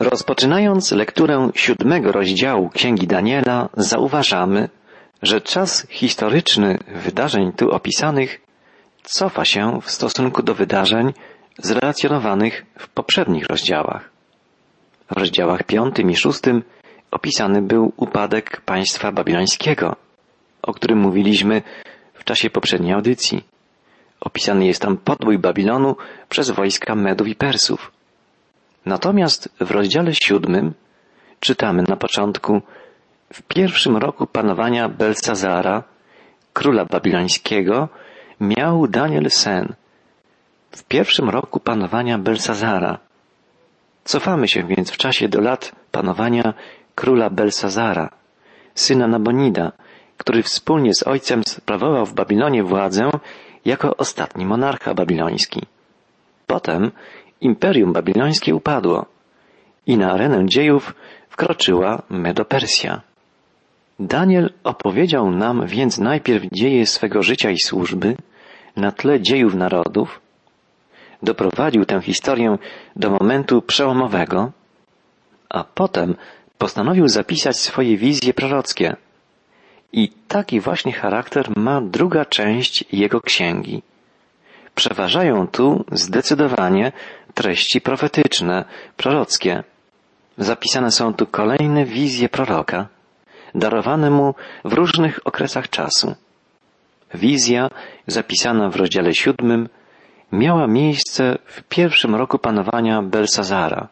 Rozpoczynając lekturę 7 rozdziału Księgi Daniela, zauważamy, że czas historyczny wydarzeń tu opisanych cofa się w stosunku do wydarzeń zrelacjonowanych w poprzednich rozdziałach. W rozdziałach 5 i 6 opisany był upadek państwa babilońskiego, o którym mówiliśmy w czasie poprzedniej audycji. Opisany jest tam podbój Babilonu przez wojska Medów i Persów. Natomiast w rozdziale 7 czytamy na początku: w pierwszym roku panowania Belsazara, króla babilońskiego, miał Daniel sen. W pierwszym roku panowania Belsazara. Cofamy się więc w czasie do lat panowania króla Belsazara, syna Nabonida, który wspólnie z ojcem sprawował w Babilonie władzę jako ostatni monarcha babiloński. Potem imperium babilońskie upadło i na arenę dziejów wkroczyła Medo-Persja. Daniel opowiedział nam więc najpierw dzieje swego życia i służby na tle dziejów narodów, doprowadził tę historię do momentu przełomowego, a potem postanowił zapisać swoje wizje prorockie. I taki właśnie charakter ma druga część jego księgi. Przeważają tu zdecydowanie treści profetyczne, prorockie. Zapisane są tu kolejne wizje proroka, darowane mu w różnych okresach czasu. Wizja, zapisana w rozdziale 7, miała miejsce w pierwszym roku panowania Belsazara.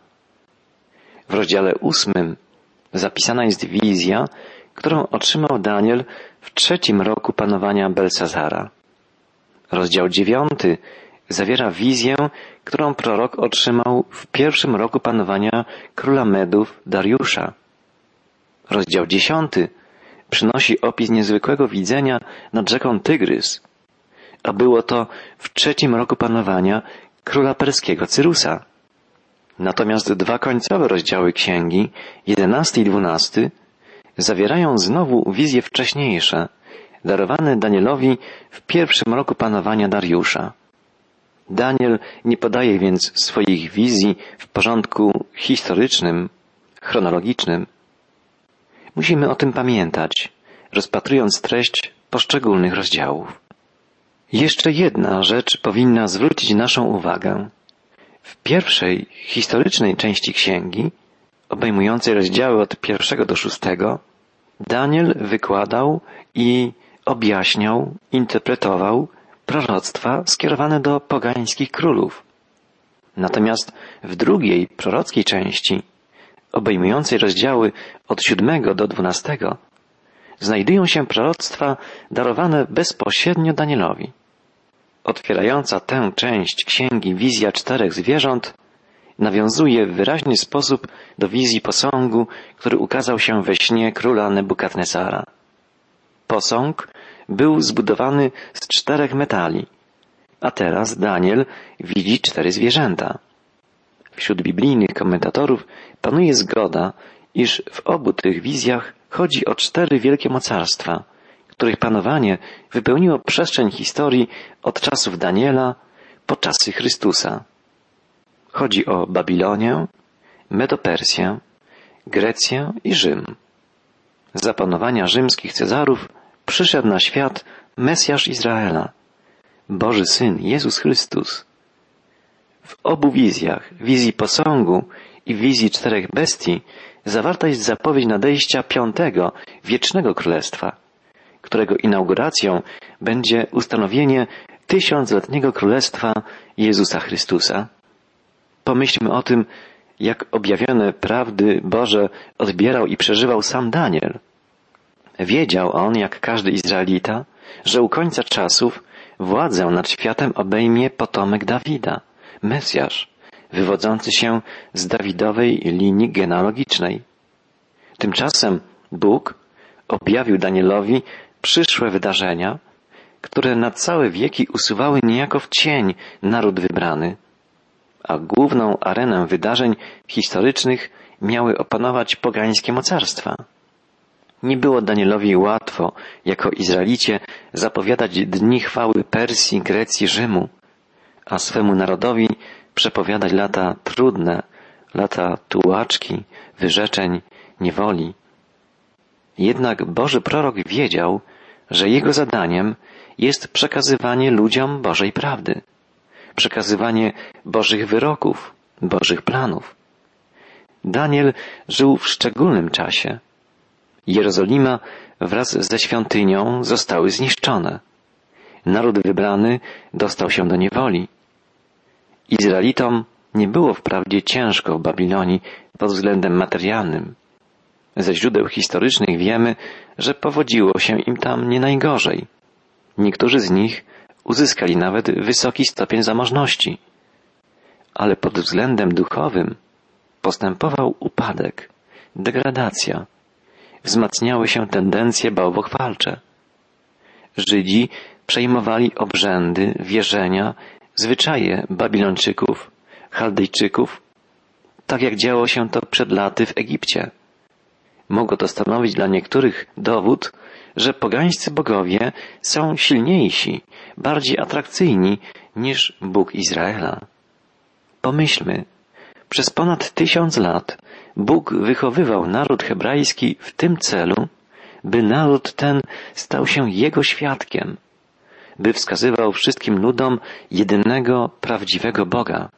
W rozdziale 8 zapisana jest wizja, którą otrzymał Daniel w trzecim roku panowania Belsazara. Rozdział 9 zawiera wizję, którą prorok otrzymał w pierwszym roku panowania króla Medów Dariusza. Rozdział 10 przynosi opis niezwykłego widzenia nad rzeką Tygrys, a było to w trzecim roku panowania króla perskiego Cyrusa. Natomiast dwa końcowe rozdziały księgi, 11 i 12, zawierają znowu wizje wcześniejsze, darowane Danielowi w pierwszym roku panowania Dariusza. Daniel nie podaje więc swoich wizji w porządku historycznym, chronologicznym. Musimy o tym pamiętać, rozpatrując treść poszczególnych rozdziałów. Jeszcze jedna rzecz powinna zwrócić naszą uwagę. W pierwszej, historycznej części księgi, obejmującej rozdziały od 1 do 6, Daniel wykładał i objaśniał, interpretował proroctwa skierowane do pogańskich królów. Natomiast w drugiej, prorockiej części, obejmującej rozdziały od 7 do 12, znajdują się proroctwa darowane bezpośrednio Danielowi. Otwierająca tę część księgi wizja 4 zwierząt nawiązuje w wyraźny sposób do wizji posągu, który ukazał się we śnie króla Nebukadnezara. Posąg był zbudowany z 4 metali, a teraz Daniel widzi 4 zwierzęta. Wśród biblijnych komentatorów panuje zgoda, iż w obu tych wizjach chodzi o 4 wielkie mocarstwa, których panowanie wypełniło przestrzeń historii od czasów Daniela po czasy Chrystusa. Chodzi o Babilonię, Medo-Persję, Grecję i Rzym. Za panowania rzymskich Cezarów przyszedł na świat Mesjasz Izraela, Boży Syn, Jezus Chrystus. W obu wizjach, wizji posągu i wizji 4 bestii, zawarta jest zapowiedź nadejścia 5. wiecznego królestwa, którego inauguracją będzie ustanowienie 1000-letniego królestwa Jezusa Chrystusa. Pomyślmy o tym, jak objawione prawdy Boże odbierał i przeżywał sam Daniel. Wiedział on, jak każdy Izraelita, że u końca czasów władzę nad światem obejmie potomek Dawida, Mesjasz, wywodzący się z Dawidowej linii genealogicznej. Tymczasem Bóg objawił Danielowi przyszłe wydarzenia, które na całe wieki usuwały niejako w cień naród wybrany, a główną arenę wydarzeń historycznych miały opanować pogańskie mocarstwa. Nie było Danielowi łatwo, jako Izraelicie, zapowiadać dni chwały Persji, Grecji, Rzymu, a swemu narodowi przepowiadać lata trudne, lata tułaczki, wyrzeczeń, niewoli. Jednak Boży prorok wiedział, że jego zadaniem jest przekazywanie ludziom Bożej prawdy, przekazywanie Bożych wyroków, Bożych planów. Daniel żył w szczególnym czasie. Jerozolima wraz ze świątynią zostały zniszczone. Naród wybrany dostał się do niewoli. Izraelitom nie było wprawdzie ciężko w Babilonii pod względem materialnym. Ze źródeł historycznych wiemy, że powodziło się im tam nie najgorzej. Niektórzy z nich uzyskali nawet wysoki stopień zamożności. Ale pod względem duchowym postępował upadek, degradacja. Wzmacniały się tendencje bałwochwalcze. Żydzi przejmowali obrzędy, wierzenia, zwyczaje Babilończyków, Chaldejczyków, tak jak działo się to przed laty w Egipcie. Mogło to stanowić dla niektórych dowód, że pogańscy bogowie są silniejsi, bardziej atrakcyjni niż Bóg Izraela. Pomyślmy, przez ponad 1000 lat Bóg wychowywał naród hebrajski w tym celu, by naród ten stał się Jego świadkiem, by wskazywał wszystkim ludom jedynego, prawdziwego Boga.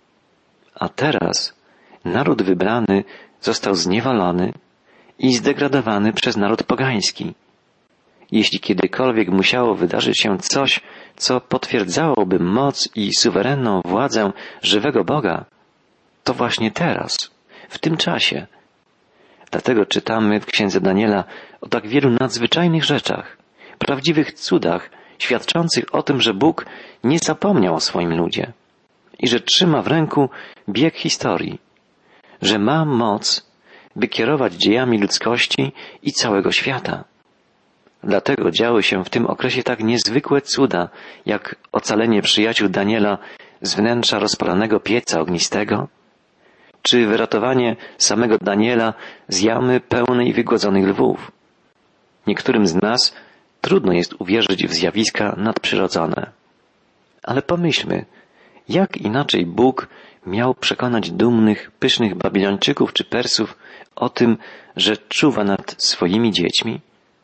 A teraz naród wybrany został zniewolony i zdegradowany przez naród pogański. Jeśli kiedykolwiek musiało wydarzyć się coś, co potwierdzałoby moc i suwerenną władzę żywego Boga, to właśnie teraz, w tym czasie. Dlatego czytamy w Księdze Daniela o tak wielu nadzwyczajnych rzeczach, prawdziwych cudach, świadczących o tym, że Bóg nie zapomniał o swoim ludzie i że trzyma w ręku bieg historii, że ma moc, by kierować dziejami ludzkości i całego świata. Dlatego działy się w tym okresie tak niezwykłe cuda, jak ocalenie przyjaciół Daniela z wnętrza rozpalanego pieca ognistego, czy wyratowanie samego Daniela z jamy pełnej wygładzonych lwów. Niektórym z nas trudno jest uwierzyć w zjawiska nadprzyrodzone. Ale pomyślmy, jak inaczej Bóg miał przekonać dumnych, pysznych Babilończyków czy Persów o tym, że czuwa nad swoimi dziećmi?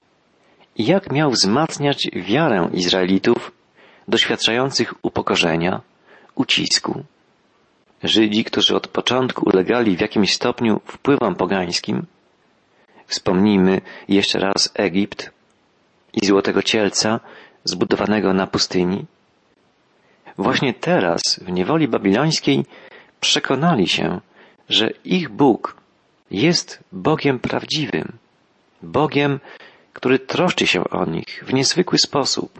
I jak miał wzmacniać wiarę Izraelitów doświadczających upokorzenia, ucisku? Żydzi, którzy od początku ulegali w jakimś stopniu wpływom pogańskim, wspomnijmy jeszcze raz Egipt i Złotego Cielca zbudowanego na pustyni, właśnie teraz w niewoli babilońskiej przekonali się, że ich Bóg jest Bogiem prawdziwym, Bogiem, który troszczy się o nich w niezwykły sposób.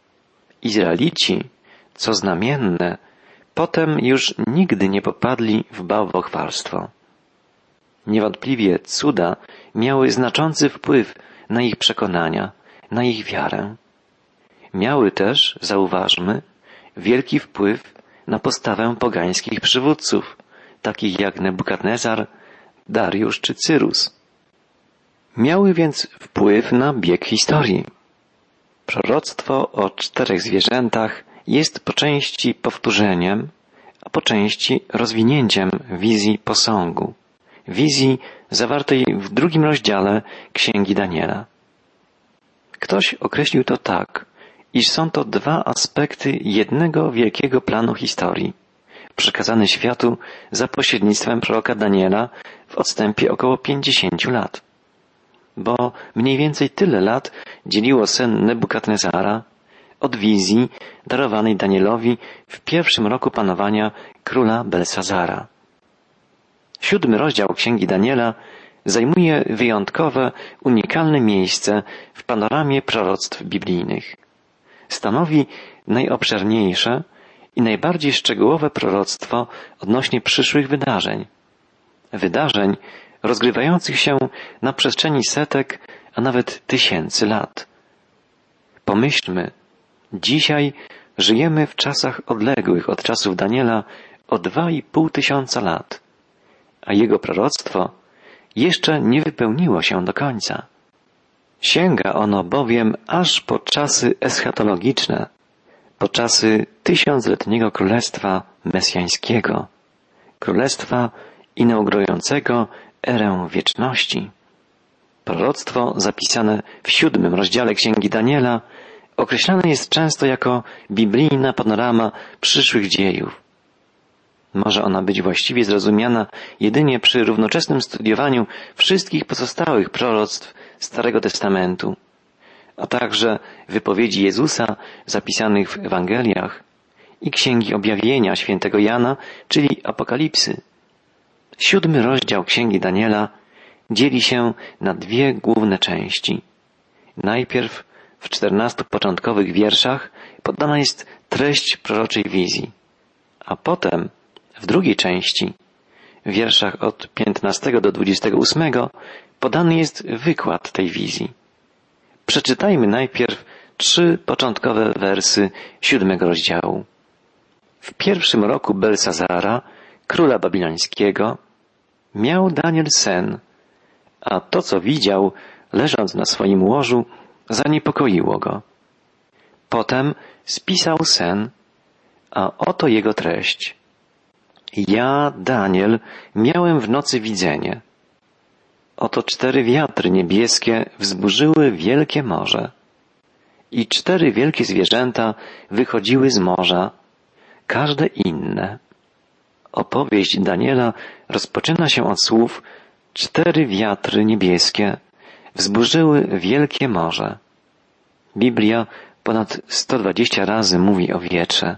Izraelici, co znamienne, potem już nigdy nie popadli w bałwochwalstwo. Niewątpliwie cuda miały znaczący wpływ na ich przekonania, na ich wiarę. Miały też, zauważmy, wielki wpływ na postawę pogańskich przywódców, takich jak Nebukadnezar, Dariusz czy Cyrus. Miały więc wpływ na bieg historii. Proroctwo o 4 zwierzętach jest po części powtórzeniem, a po części rozwinięciem wizji posągu, wizji zawartej w 2 rozdziale Księgi Daniela. Ktoś określił to tak, iż są to 2 aspekty jednego wielkiego planu historii, przekazany światu za pośrednictwem proroka Daniela w odstępie około 50 lat. Bo mniej więcej tyle lat dzieliło sen Nebukadnezara od wizji darowanej Danielowi w 1. roku panowania króla Belsazara. 7 rozdział Księgi Daniela zajmuje wyjątkowe, unikalne miejsce w panoramie proroctw biblijnych. Stanowi najobszerniejsze i najbardziej szczegółowe proroctwo odnośnie przyszłych wydarzeń. Wydarzeń rozgrywających się na przestrzeni setek, a nawet 1000 lat. Pomyślmy, dzisiaj żyjemy w czasach odległych od czasów Daniela o 2500 lat, a jego proroctwo jeszcze nie wypełniło się do końca. Sięga ono bowiem aż po czasy eschatologiczne, po czasy 1000-letniego królestwa mesjańskiego, królestwa inaugurującego erę wieczności. Proroctwo zapisane w 7 rozdziale Księgi Daniela określane jest często jako biblijna panorama przyszłych dziejów. Może ona być właściwie zrozumiana jedynie przy równoczesnym studiowaniu wszystkich pozostałych proroctw Starego Testamentu, a także wypowiedzi Jezusa zapisanych w Ewangeliach i Księgi Objawienia świętego Jana, czyli Apokalipsy. 7 rozdział Księgi Daniela dzieli się na 2 główne części. Najpierw w 14 początkowych wierszach podana jest treść proroczej wizji, a potem w drugiej części, w wierszach od 15 do 28, podany jest wykład tej wizji. Przeczytajmy najpierw 3 początkowe wersy 7 rozdziału. W 1 roku Belsazara, króla babilońskiego, miał Daniel sen, a to, co widział, leżąc na swoim łożu, zaniepokoiło go. Potem spisał sen, a oto jego treść. Ja, Daniel, miałem w nocy widzenie. Oto 4 wiatry niebieskie wzburzyły wielkie morze. I 4 wielkie zwierzęta wychodziły z morza, każde inne. Opowieść Daniela rozpoczyna się od słów 4 wiatry niebieskie wzburzyły wielkie morze. Biblia ponad 120 razy mówi o wietrze.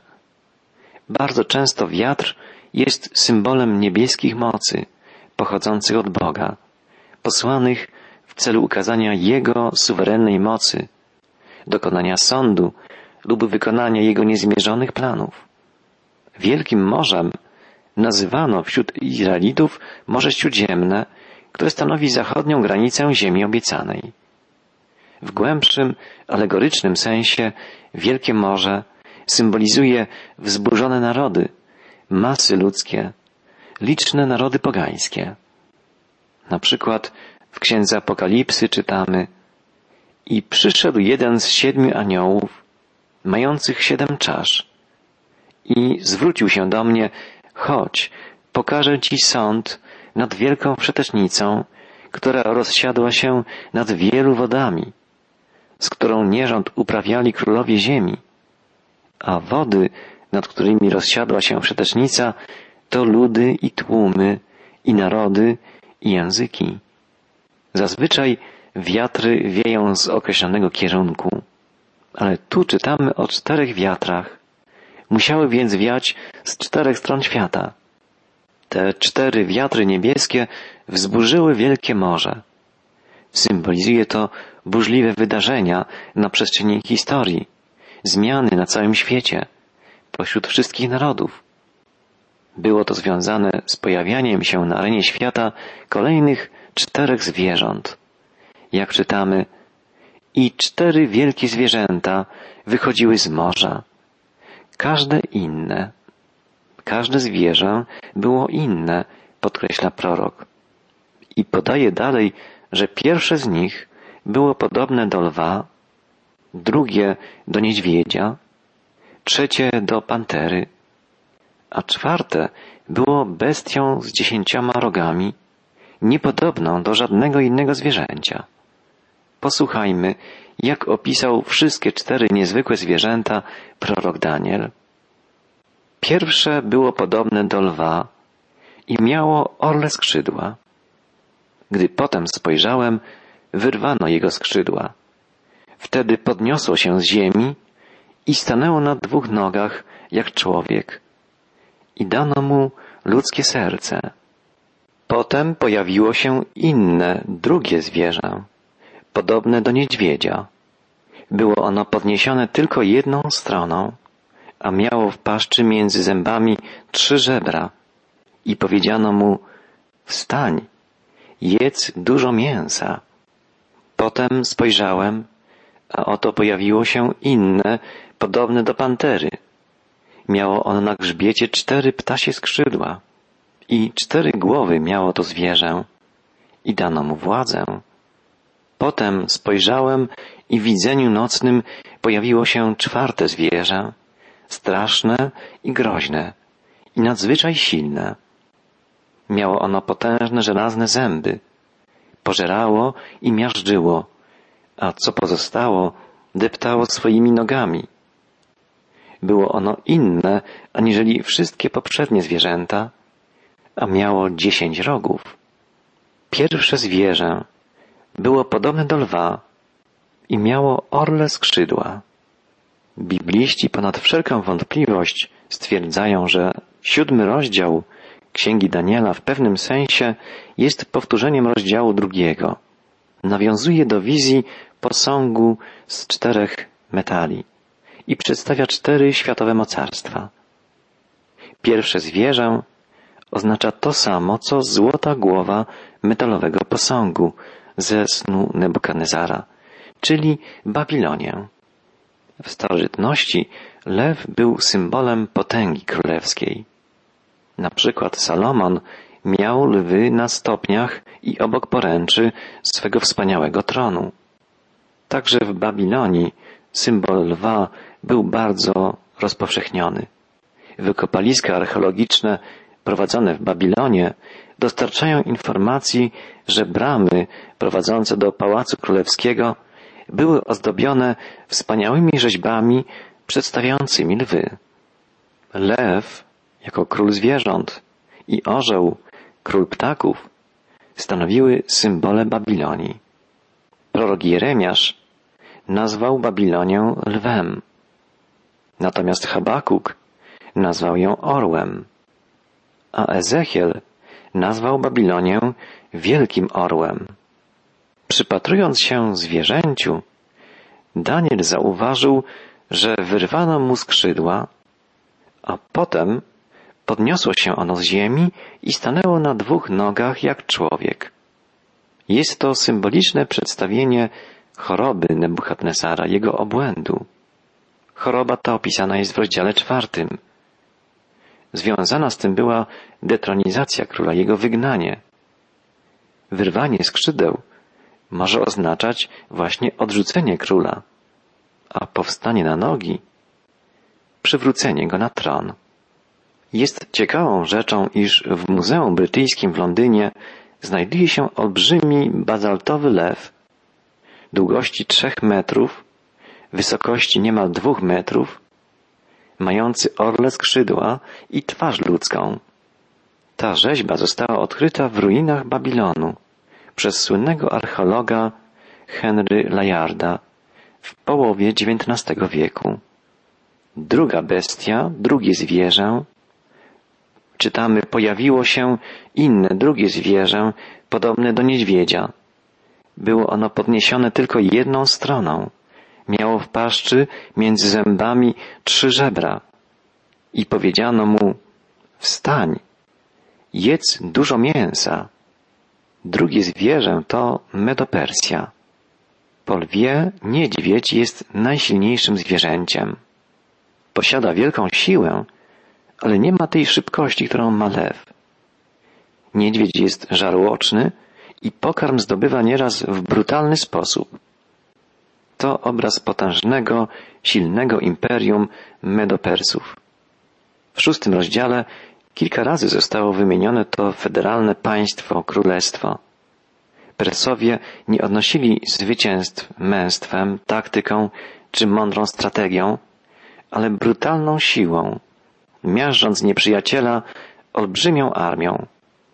Bardzo często wiatr jest symbolem niebieskich mocy pochodzących od Boga, posłanych w celu ukazania Jego suwerennej mocy, dokonania sądu lub wykonania Jego niezmierzonych planów. Wielkim morzem nazywano wśród Izraelitów Morze Śródziemne, które stanowi zachodnią granicę Ziemi Obiecanej. W głębszym, alegorycznym sensie Wielkie Morze symbolizuje wzburzone narody, masy ludzkie, liczne narody pogańskie. Na przykład w Księdze Apokalipsy czytamy: I przyszedł jeden z 7 aniołów, mających 7 czasz, i zwrócił się do mnie: chodź, pokażę ci sąd nad wielką wszetecznicą, która rozsiadła się nad wielu wodami, z którą nierząd uprawiali królowie ziemi. A wody, nad którymi rozsiadła się wszetecznica, to ludy i tłumy, i narody, i języki. Zazwyczaj wiatry wieją z określonego kierunku, ale tu czytamy o 4 wiatrach. Musiały więc wiać z 4 stron świata. Te 4 wiatry niebieskie wzburzyły wielkie morze. Symbolizuje to burzliwe wydarzenia na przestrzeni historii, zmiany na całym świecie, pośród wszystkich narodów. Było to związane z pojawianiem się na arenie świata kolejnych 4 zwierząt. Jak czytamy, i 4 wielkie zwierzęta wychodziły z morza, każde inne. Każde zwierzę było inne, podkreśla prorok. I podaje dalej, że pierwsze z nich było podobne do lwa, drugie do niedźwiedzia, trzecie do pantery, a 4 było bestią z 10 rogami, niepodobną do żadnego innego zwierzęcia. Posłuchajmy, jak opisał wszystkie 4 niezwykłe zwierzęta prorok Daniel. Pierwsze było podobne do lwa i miało orle skrzydła. Gdy potem spojrzałem, wyrwano jego skrzydła. Wtedy podniosło się z ziemi i stanęło na 2 nogach jak człowiek. I dano mu ludzkie serce. Potem pojawiło się inne, drugie zwierzę, podobne do niedźwiedzia. Było ono podniesione tylko jedną stroną, a miało w paszczy między zębami 3 żebra. I powiedziano mu: wstań, jedz dużo mięsa. Potem spojrzałem, a oto pojawiło się inne, podobne do pantery. Miało ono na grzbiecie 4 ptasie skrzydła i 4 głowy miało to zwierzę i dano mu władzę. Potem spojrzałem i w widzeniu nocnym pojawiło się 4 zwierzę, straszne i groźne i nadzwyczaj silne. Miało ono potężne żelazne zęby. Pożerało i miażdżyło, a co pozostało, deptało swoimi nogami. Było ono inne aniżeli wszystkie poprzednie zwierzęta, a miało 10 rogów. Pierwsze zwierzę było podobne do lwa i miało orle skrzydła. Bibliści ponad wszelką wątpliwość stwierdzają, że 7 rozdział Księgi Daniela w pewnym sensie jest powtórzeniem rozdziału 2. Nawiązuje do wizji posągu z 4 metali i przedstawia 4 światowe mocarstwa. Pierwsze zwierzę oznacza to samo, co złota głowa metalowego posągu ze snu Nebukadnezara, czyli Babilonię. W starożytności lew był symbolem potęgi królewskiej. Na przykład Salomon miał lwy na stopniach i obok poręczy swego wspaniałego tronu. Także w Babilonii symbol lwa był bardzo rozpowszechniony. Wykopaliska archeologiczne prowadzone w Babilonie dostarczają informacji, że bramy prowadzące do Pałacu Królewskiego były ozdobione wspaniałymi rzeźbami przedstawiającymi lwy. Lew, jako król zwierząt, i orzeł, król ptaków, stanowiły symbole Babilonii. Prorok Jeremiasz nazwał Babilonię lwem, natomiast Habakuk nazwał ją orłem, a Ezechiel nazwał Babilonię wielkim orłem. Przypatrując się zwierzęciu, Daniel zauważył, że wyrwano mu skrzydła, a potem podniosło się ono z ziemi i stanęło na 2 nogach jak człowiek. Jest to symboliczne przedstawienie choroby Nebukadnezara, jego obłędu. Choroba ta opisana jest w rozdziale 4. Związana z tym była detronizacja króla, jego wygnanie. Wyrwanie skrzydeł może oznaczać właśnie odrzucenie króla, a powstanie na nogi przywrócenie go na tron. Jest ciekawą rzeczą, iż w Muzeum Brytyjskim w Londynie znajduje się olbrzymi bazaltowy lew, długości 3 metrów, wysokości niemal 2 metrów, mający orle skrzydła i twarz ludzką. Ta rzeźba została odkryta w ruinach Babilonu przez słynnego archeologa Henry Layarda w połowie XIX wieku. Druga bestia, drugie zwierzę, czytamy, pojawiło się inne, drugie zwierzę, podobne do niedźwiedzia. Było ono podniesione tylko jedną stroną. Miało w paszczy między zębami 3 żebra. I powiedziano mu, wstań, jedz dużo mięsa. Drugie zwierzę to Medopersja. Po lwie niedźwiedź jest najsilniejszym zwierzęciem. Posiada wielką siłę, ale nie ma tej szybkości, którą ma lew. Niedźwiedź jest żarłoczny i pokarm zdobywa nieraz w brutalny sposób. To obraz potężnego, silnego imperium Medopersów. W 6 rozdziale kilka razy zostało wymienione to federalne państwo, królestwo. Persowie nie odnosili zwycięstw męstwem, taktyką czy mądrą strategią, ale brutalną siłą, miażdżąc nieprzyjaciela olbrzymią armią.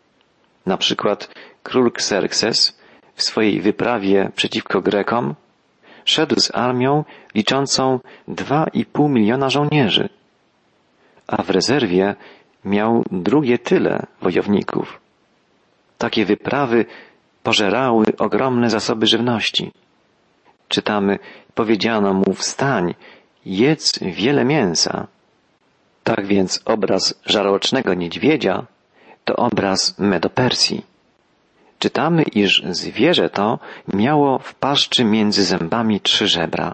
Na przykład król Xerxes w swojej wyprawie przeciwko Grekom szedł z armią liczącą 2,5 miliona żołnierzy, a w rezerwie miał drugie tyle wojowników. Takie wyprawy pożerały ogromne zasoby żywności. Czytamy, powiedziano mu, wstań, jedz wiele mięsa. Tak więc obraz żarłocznego niedźwiedzia to obraz Medopersji. Czytamy, iż zwierzę to miało w paszczy między zębami 3 żebra.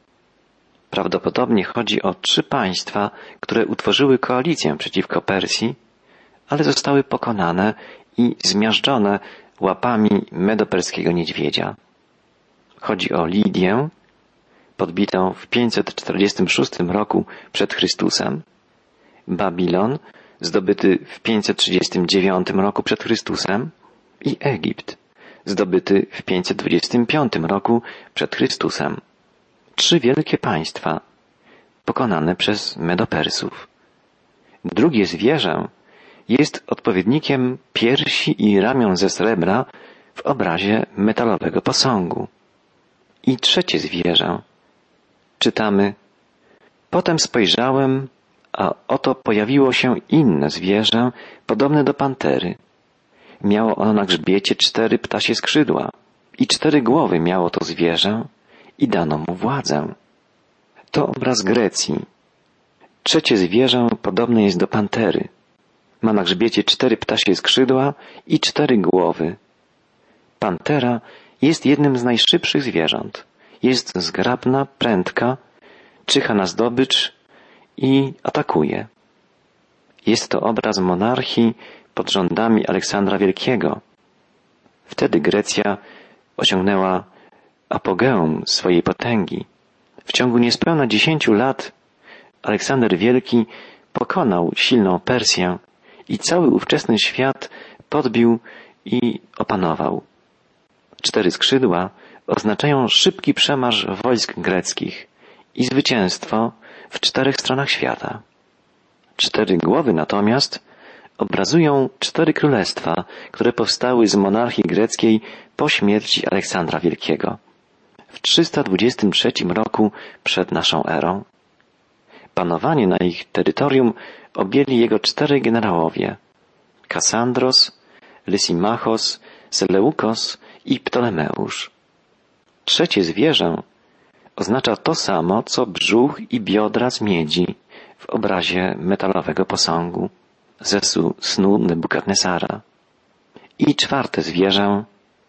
Prawdopodobnie chodzi o 3 państwa, które utworzyły koalicję przeciwko Persji, ale zostały pokonane i zmiażdżone łapami medoperskiego niedźwiedzia. Chodzi o Lidię, podbitą w 546 roku przed Chrystusem, Babilon, zdobyty w 539 roku przed Chrystusem, i Egipt, zdobyty w 525 roku przed Chrystusem. 3 wielkie państwa pokonane przez Medopersów. Drugie zwierzę jest odpowiednikiem piersi i ramion ze srebra w obrazie metalowego posągu. I trzecie zwierzę. Czytamy: Potem spojrzałem, a oto pojawiło się inne zwierzę, podobne do pantery. Miało ono na grzbiecie 4 ptasie skrzydła i 4 głowy miało to zwierzę i dano mu władzę. To obraz Grecji. Trzecie zwierzę podobne jest do pantery. Ma na grzbiecie 4 ptasie skrzydła i 4 głowy. Pantera jest jednym z najszybszych zwierząt. Jest zgrabna, prędka, czyha na zdobycz i atakuje. Jest to obraz monarchii pod rządami Aleksandra Wielkiego. Wtedy Grecja osiągnęła apogeum swojej potęgi. W ciągu niespełna 10 lat Aleksander Wielki pokonał silną Persję i cały ówczesny świat podbił i opanował. 4 skrzydła oznaczają szybki przemarsz wojsk greckich i zwycięstwo w 4 stronach świata. 4 głowy natomiast obrazują 4 królestwa, które powstały z monarchii greckiej po śmierci Aleksandra Wielkiego w 323 roku przed naszą erą. Panowanie na ich terytorium objęli jego 4 generałowie: Kasandros, Lysimachos, Seleukos i Ptolemeusz. Trzecie zwierzę oznacza to samo, co brzuch i biodra z miedzi w obrazie metalowego posągu ze snu Nebukadnesara. I 4 zwierzę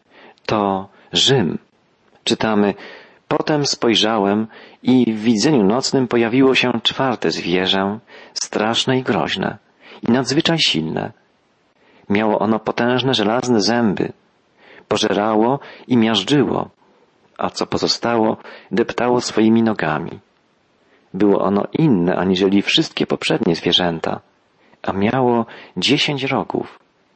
to Rzym. Czytamy: Potem spojrzałem i w widzeniu nocnym pojawiło się 4 zwierzę, straszne i groźne i nadzwyczaj silne. Miało ono potężne żelazne zęby, pożerało i miażdżyło, a co pozostało, deptało swoimi nogami. Było ono inne aniżeli wszystkie poprzednie zwierzęta, a miało 10 rogów.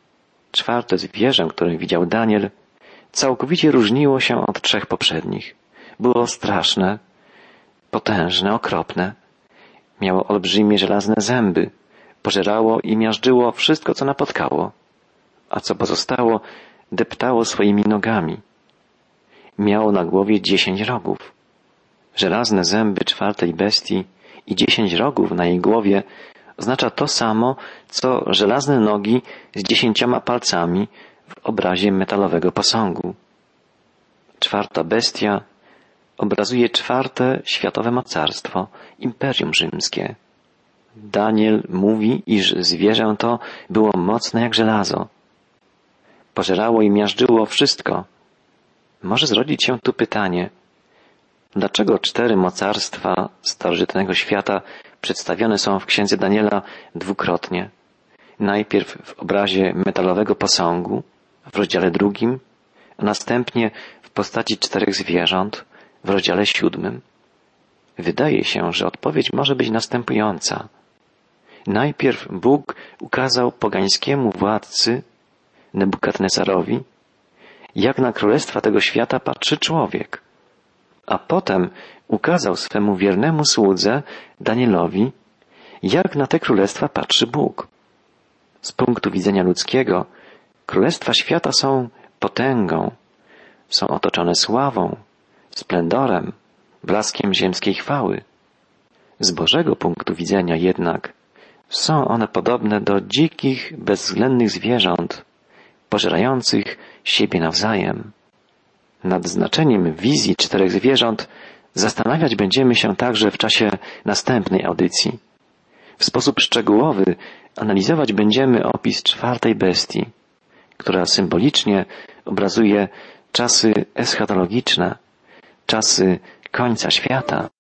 4 zwierzę, które widział Daniel, całkowicie różniło się od 3 poprzednich. Było straszne, potężne, okropne. Miało olbrzymie żelazne zęby, pożerało i miażdżyło wszystko, co napotkało, a co pozostało, deptało swoimi nogami. Miało na głowie 10 rogów. Żelazne zęby 4 bestii i 10 rogów na jej głowie oznacza to samo, co żelazne nogi z 10 palcami w obrazie metalowego posągu. 4 bestia obrazuje 4 światowe mocarstwo, Imperium Rzymskie. Daniel mówi, iż zwierzę to było mocne jak żelazo. Pożerało i miażdżyło wszystko. Może zrodzić się tu pytanie, dlaczego 4 mocarstwa starożytnego świata przedstawione są w księdze Daniela dwukrotnie? Najpierw w obrazie metalowego posągu w rozdziale 2, a następnie w postaci 4 zwierząt w rozdziale 7. Wydaje się, że odpowiedź może być następująca. Najpierw Bóg ukazał pogańskiemu władcy Nebukadnesarowi, jak na królestwa tego świata patrzy człowiek, a potem ukazał swemu wiernemu słudze Danielowi, jak na te królestwa patrzy Bóg. Z punktu widzenia ludzkiego królestwa świata są potęgą, są otoczone sławą, splendorem, blaskiem ziemskiej chwały. Z Bożego punktu widzenia jednak są one podobne do dzikich, bezwzględnych zwierząt, pożerających siebie nawzajem. Nad znaczeniem wizji 4 zwierząt zastanawiać będziemy się także w czasie następnej audycji. W sposób szczegółowy analizować będziemy opis 4 bestii, która symbolicznie obrazuje czasy eschatologiczne, czasy końca świata.